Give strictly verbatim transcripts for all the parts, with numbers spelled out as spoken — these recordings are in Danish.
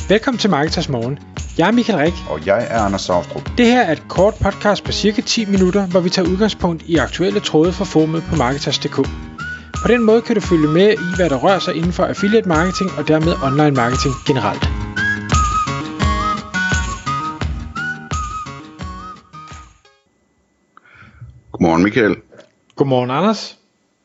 Velkommen til Marketers Morgen. Jeg er Michael Rik. Og jeg er Anders Saustrup. Det her er et kort podcast på cirka ti minutter, hvor vi tager udgangspunkt i aktuelle tråde fra forumet på Marketers punktum d k. På den måde kan du følge med i, hvad der rører sig inden for affiliate marketing og dermed online marketing generelt. Godmorgen Michael. Godmorgen Anders.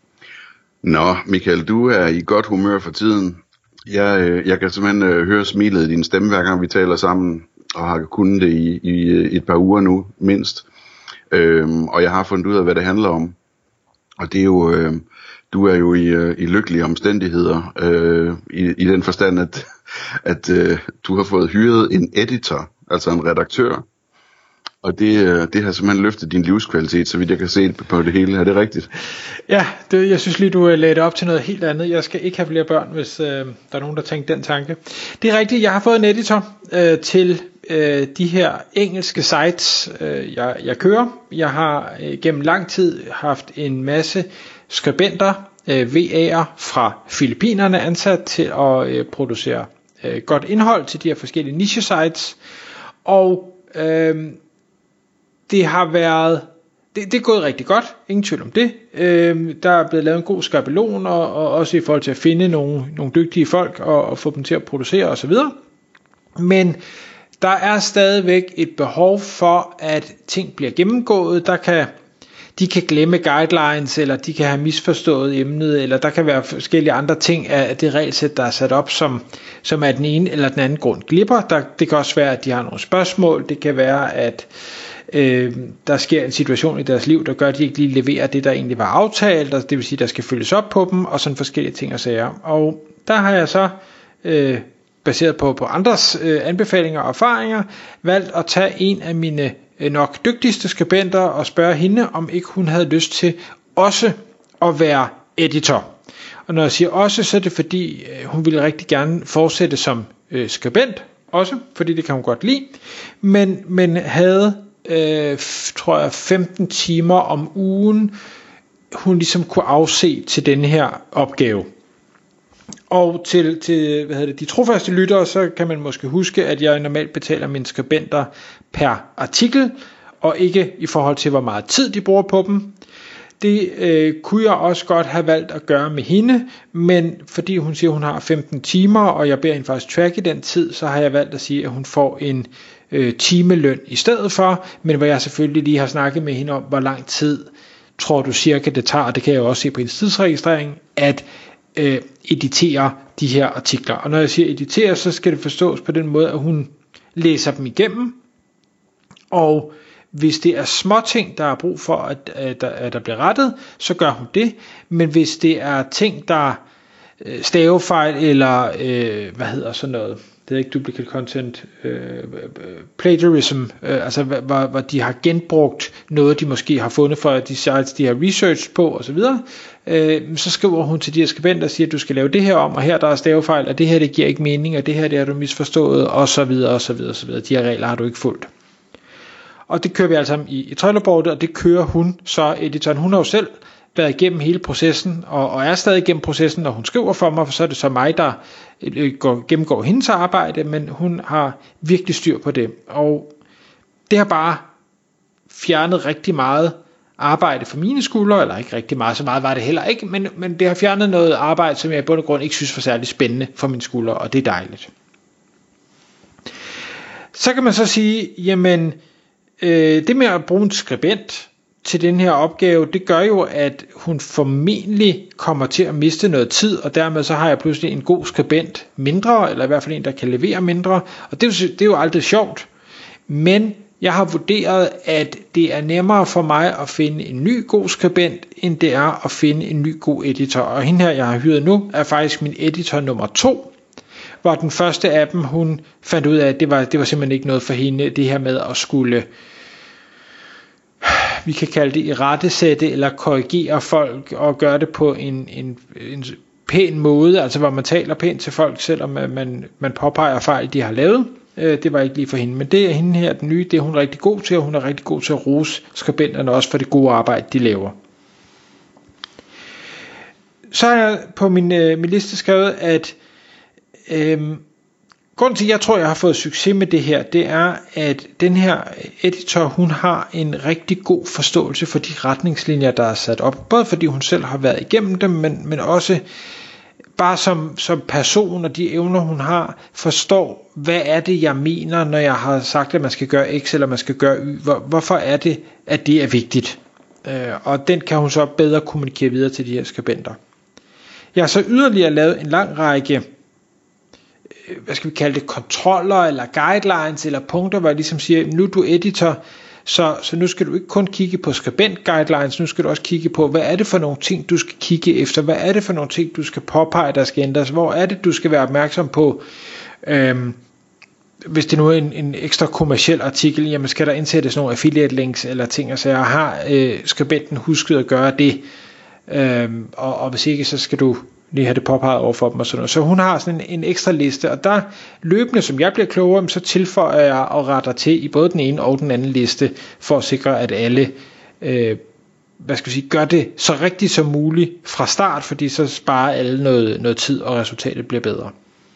Nå Michael, du er i godt humør for tiden. Jeg, jeg kan simpelthen høre smilet i din stemme, hver gang vi taler sammen, og har kunnet det i, i et par uger nu, mindst. Øhm, og jeg har fundet ud af, hvad det handler om. Og det er jo, øh, du er jo i, i lykkelige omstændigheder, øh, i, i den forstand, at, at øh, du har fået hyret en editor, altså en redaktør. Og det, det har simpelthen løftet din livskvalitet, så vidt jeg kan se på det hele. Er det rigtigt? Ja, det, jeg synes lige, du lagde det op til noget helt andet. Jeg skal ikke have flere børn, hvis øh, der er nogen, der tænker den tanke. Det er rigtigt, jeg har fået en editor øh, til øh, de her engelske sites, øh, jeg, jeg kører. Jeg har øh, gennem lang tid haft en masse skribenter, øh, V A'er fra Filippinerne ansat til at øh, producere øh, godt indhold til de her forskellige niche sites. Og øh, det har været, det, det er gået rigtig godt, ingen tvivl om det. Øh, der er blevet lavet en god skabelon, og, og også i forhold til at finde nogle, nogle dygtige folk, og, og få dem til at producere osv. Men der er stadigvæk et behov for, at ting bliver gennemgået. Der kan, de kan glemme guidelines, eller de kan have misforstået emnet, eller der kan være forskellige andre ting af det regelsæt, der er sat op, som, som af den ene eller den anden grund glipper. Der, det kan også være, at de har nogle spørgsmål. Det kan være, at Øh, der sker en situation i deres liv, der gør, at de ikke lige leverer det, der egentlig var aftalt, og det vil sige, der skal følges op på dem, og sådan forskellige ting og sager. Og der har jeg så, øh, baseret på, på andres øh, anbefalinger og erfaringer, valgt at tage en af mine øh, nok dygtigste skribenter og spørge hende, om ikke hun havde lyst til også at være editor. Og når jeg siger også, så er det fordi, øh, hun ville rigtig gerne fortsætte som øh, skribent, også, fordi det kan hun godt lide, men, men havde Øh, tror jeg femten timer om ugen hun ligesom kunne afse til denne her opgave. Og til, til hvad hedder det, de trofaste lyttere, så kan man måske huske, at jeg normalt betaler mine skribenter per artikel, og ikke i forhold til hvor meget tid de bruger på dem. Det øh, kunne jeg også godt have valgt at gøre med hende, men fordi hun siger, at hun har femten timer, og jeg beder hende faktisk track i den tid, så har jeg valgt at sige, at hun får en øh, timeløn i stedet for, men hvor jeg selvfølgelig lige har snakket med hende om, hvor lang tid tror du cirka det tager, og det kan jeg jo også se på hendes tidsregistrering, at øh, editere de her artikler. Og når jeg siger editere, så skal det forstås på den måde, at hun læser dem igennem, og hvis det er små ting, der er brug for, at, at, der, at der bliver rettet, så gør hun det. Men hvis det er ting, der øh, stavefejl eller øh, hvad hedder sådan noget, det er ikke duplicate content, øh, plagiarism, øh, altså hvor, hvor de har genbrugt noget, de måske har fundet fra de sites, de har researchet på osv., øh, så skriver hun til de her skribenter og siger, at du skal lave det her om, og her der er stavefejl, og det her det giver ikke mening, og det her det har du misforstået, og så videre, og så videre, og så videre. De her regler har du ikke fulgt. Og det kører vi altså i, i trailerboardet, og det kører hun så editoren. Hun har jo selv været igennem hele processen, og, og er stadig igennem processen, når hun skriver for mig, for så er det så mig, der går, gennemgår hendes arbejde, men hun har virkelig styr på det. Og det har bare fjernet rigtig meget arbejde for mine skuldre, eller ikke rigtig meget, så meget var det heller ikke, men, men det har fjernet noget arbejde, som jeg i bund og grund ikke synes var særlig spændende for mine skuldre, og det er dejligt. Så kan man så sige, jamen, det med at bruge en skribent til den her opgave, det gør jo, at hun formentlig kommer til at miste noget tid, og dermed så har jeg pludselig en god skribent mindre, eller i hvert fald en, der kan levere mindre, og det er jo, det er jo aldrig sjovt. Men jeg har vurderet, at det er nemmere for mig at finde en ny god skribent, end det er at finde en ny god editor. Og hende her, jeg har hyret nu, er faktisk min editor nummer to, hvor den første af dem, hun fandt ud af, at det var, det var simpelthen ikke noget for hende, det her med at skulle, vi kan kalde det irettesætte eller korrigere folk og gøre det på en, en, en pæn måde, altså hvor man taler pænt til folk, selvom man, man påpeger fejl, de har lavet. Det var ikke lige for hende, men det er hende her, den nye, det er hun rigtig god til, og hun er rigtig god til at rose skribenterne også for det gode arbejde, de laver. Så har jeg på min, øh, min liste skrevet, at øh, Grunden til, at jeg tror, jeg har fået succes med det her, det er, at den her editor, hun har en rigtig god forståelse for de retningslinjer, der er sat op. Både fordi hun selv har været igennem dem, men, men også bare som, som person og de evner, hun har, forstår, hvad er det, jeg mener, når jeg har sagt, at man skal gøre X, eller man skal gøre Y. Hvor, hvorfor er det, at det er vigtigt? Øh, og den kan hun så bedre kommunikere videre til de her skribenter. Jeg har så yderligere lavet en lang række, hvad skal vi kalde det, kontroller eller guidelines eller punkter, hvor jeg ligesom siger, nu er du editor, så, så nu skal du ikke kun kigge på skribent guidelines, nu skal du også kigge på, hvad er det for nogle ting, du skal kigge efter, hvad er det for nogle ting, du skal påpege, der skal ændres, hvor er det, du skal være opmærksom på, øhm, hvis det nu er en, en ekstra kommerciel artikel, jamen skal der indsættes nogle affiliate links eller ting, og så jeg har øh, skribenten husket at gøre det, øhm, og, og hvis ikke, så skal du lige have det påpeget over for dem og sådan noget. Så hun har sådan en, en ekstra liste, og der løbende, som jeg bliver klogere, så tilføjer jeg og retter til i både den ene og den anden liste, for at sikre, at alle øh, hvad skal jeg sige, gør det så rigtigt som muligt fra start, fordi så sparer alle noget, noget tid, og resultatet bliver bedre.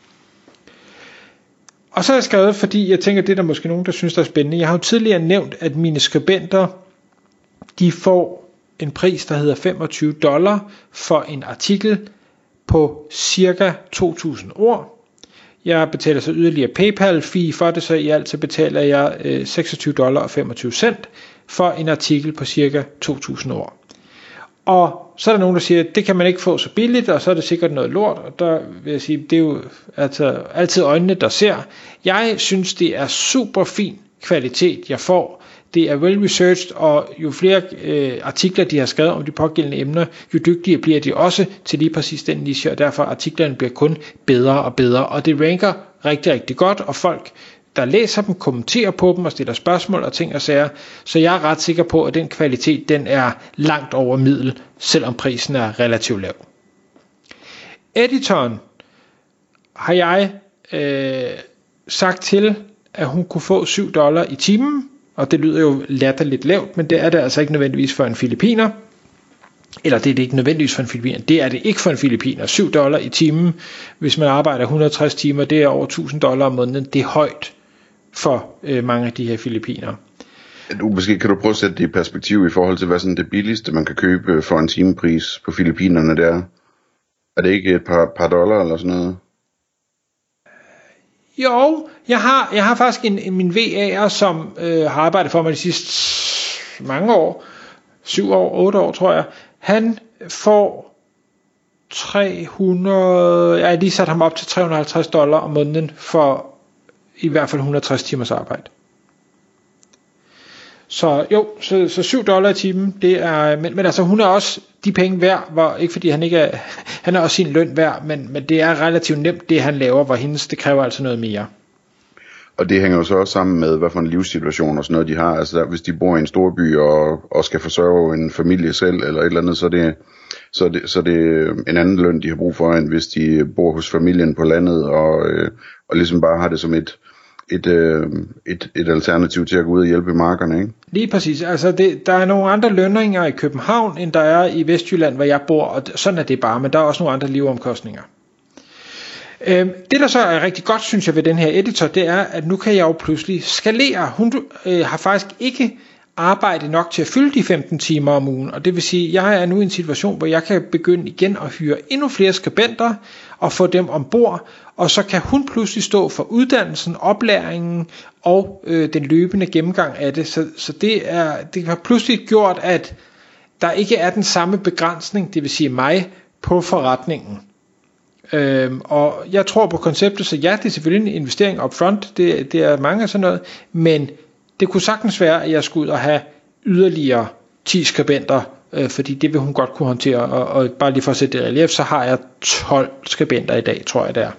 Og så har jeg skrevet, fordi jeg tænker, det er der måske nogen, der synes, der er spændende. Jeg har jo tidligere nævnt, at mine skribenter, de får en pris, der hedder femogtyve dollar for en artikel på cirka to tusind ord. Jeg betaler så yderligere PayPal fee for det, så i alt så betaler jeg øh, seksogtyve dollar og femogtyve cent for en artikel på cirka to tusind ord. Og så er der nogen, der siger, at det kan man ikke få så billigt, og så er det sikkert noget lort, og der vil jeg sige, det er jo altså altid øjnene, der ser. Jeg synes, det er super fin kvalitet, jeg får. Det er well researched, og jo flere øh, artikler, de har skrevet om de pågældende emner, jo dygtigere bliver de også til lige præcis den niche, og derfor artiklerne bliver kun bedre og bedre, og det ranker rigtig, rigtig godt, og folk, der læser dem, kommenterer på dem og stiller spørgsmål og ting og sager, så jeg er ret sikker på, at den kvalitet, den er langt over middel, selvom prisen er relativt lav. Editoren har jeg øh, sagt til, at hun kunne få syv dollar i timen, og det lyder jo latterligt lavt, men det er det altså ikke nødvendigvis for en filipiner. Eller det er det ikke nødvendigvis for en filipiner. Det er det ikke for en filipiner. syv dollar i timen, hvis man arbejder et hundrede og tres timer, det er over tusind dollar om måneden. Det er højt for øh, mange af de her filipiner. Du, måske kan du prøve at sætte det i perspektiv i forhold til, hvad sådan det billigste, man kan købe for en timepris på Filippinerne der. Er det ikke et par, par dollar eller sådan noget? Jo, jeg har, jeg har faktisk en, en min V A'er, som øh, har arbejdet for mig de sidste mange år, syv år, otte år tror jeg. Han får tre hundrede, jeg har lige sat ham op til tre hundrede og halvtreds dollar om måneden for i hvert fald et hundrede og tres timers arbejde. Så jo, så, så syv dollar i timen, det er, men, men altså hun er også de penge værd, hvor, ikke fordi han ikke er, han er også sin løn værd, men, men det er relativt nemt det han laver, hvor hendes, det kræver altså noget mere. Og det hænger jo så også sammen med, hvad for en livssituation og sådan noget de har. Altså der, hvis de bor i en stor by og, og skal forsørge en familie selv eller et eller andet, så er det, så er det, så er det en anden løn, de har brug for, end hvis de bor hos familien på landet og, øh, og ligesom bare har det som et, et, øh, et, et alternativ til at gå ud og hjælpe i markerne, ikke? Lige præcis. Altså det, der er nogle andre lønninger i København, end der er i Vestjylland, hvor jeg bor, og sådan er det bare, men der er også nogle andre livomkostninger. Det der så er rigtig godt, synes jeg, ved den her editor, det er, at nu kan jeg jo pludselig skalere. Hun øh, har faktisk ikke arbejdet nok til at fylde de femten timer om ugen, og det vil sige, at jeg er nu i en situation, hvor jeg kan begynde igen at hyre endnu flere skribenter og få dem ombord, og så kan hun pludselig stå for uddannelsen, oplæringen og øh, den løbende gennemgang af det. Så, så det, er, det har pludselig gjort, at der ikke er den samme begrænsning, det vil sige mig, på forretningen. Øhm, og jeg tror på konceptet, så ja, det er selvfølgelig en investering upfront, det, det er mange af sådan noget, men det kunne sagtens være, at jeg skulle ud og have yderligere ti skribenter, øh, fordi det vil hun godt kunne håndtere, og, og bare lige for at sætte det i relief, så har jeg tolv skribenter i dag, tror jeg det er.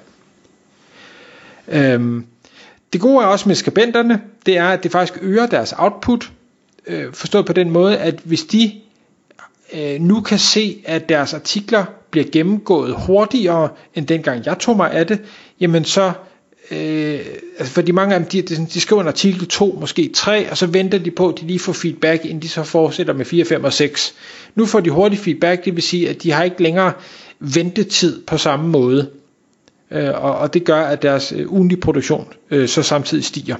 Øhm, det gode er også med skribenterne, det er, at det faktisk øger deres output, øh, forstået på den måde, at hvis de øh, nu kan se, at deres artikler bliver gennemgået hurtigere, end dengang jeg tog mig af det, jamen så, øh, altså fordi mange af dem, de, de skriver en artikel to, måske tre, og så venter de på, at de lige får feedback, inden de så fortsætter med fire, fem og seks. Nu får de hurtig feedback, det vil sige, at de har ikke længere ventetid på samme måde. øh, og, og det gør, at deres øh, ugentlige produktion øh, så samtidig stiger.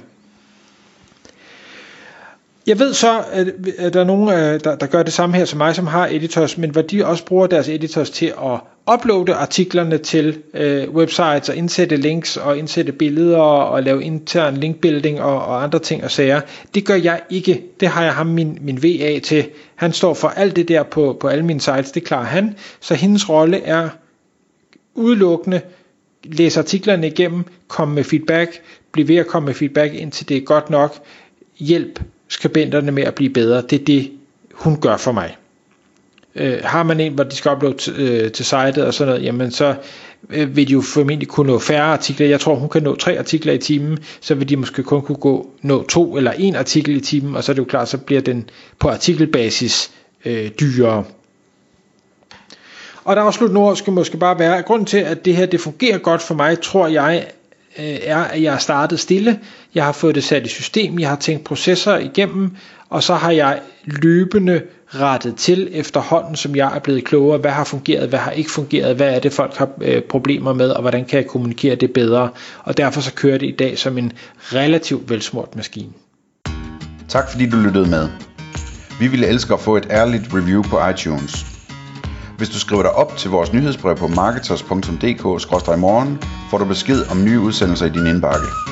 Jeg ved så, at der er nogen, der, der gør det samme her som mig, som har editors, men hvor de også bruger deres editors til at uploade artiklerne til øh, websites og indsætte links og indsætte billeder og lave intern linkbuilding og, og andre ting og sager. Det gør jeg ikke. Det har jeg ham min, min V A til. Han står for alt det der på, på alle mine sites. Det klarer han. Så hendes rolle er udelukkende læse artiklerne igennem, komme med feedback, blive ved at komme med feedback, indtil det er godt nok. Hjælp skribenterne med at blive bedre. Det er det, hun gør for mig. Øh, har man en, hvor de skal uploade t- øh, til sitet og sådan noget, jamen så øh, vil de jo formentlig kunne nå færre artikler. Jeg tror, hun kan nå tre artikler i timen, så vil de måske kun kunne gå, nå to eller en artikel i timen, og så er det jo klart, så bliver den på artikelbasis øh, dyrere. Og der afsluttende ord skal måske bare være, at grunden til, at det her det fungerer godt for mig, tror jeg, er, at jeg har startet stille. Jeg har fået det sat i system, jeg har tænkt processer igennem, og så har jeg løbende rettet til efterhånden, som jeg er blevet klogere. Hvad har fungeret, hvad har ikke fungeret, hvad er det folk har øh, problemer med, og hvordan kan jeg kommunikere det bedre. Og derfor så kører det i dag som en relativt velsmurt maskine. Tak fordi du lyttede med. Vi ville elske at få et ærligt review på iTunes. Hvis du skriver dig op til vores nyhedsbrev på marketers punktum d k skråstreg morgen, får du besked om nye udsendelser i din indbakke.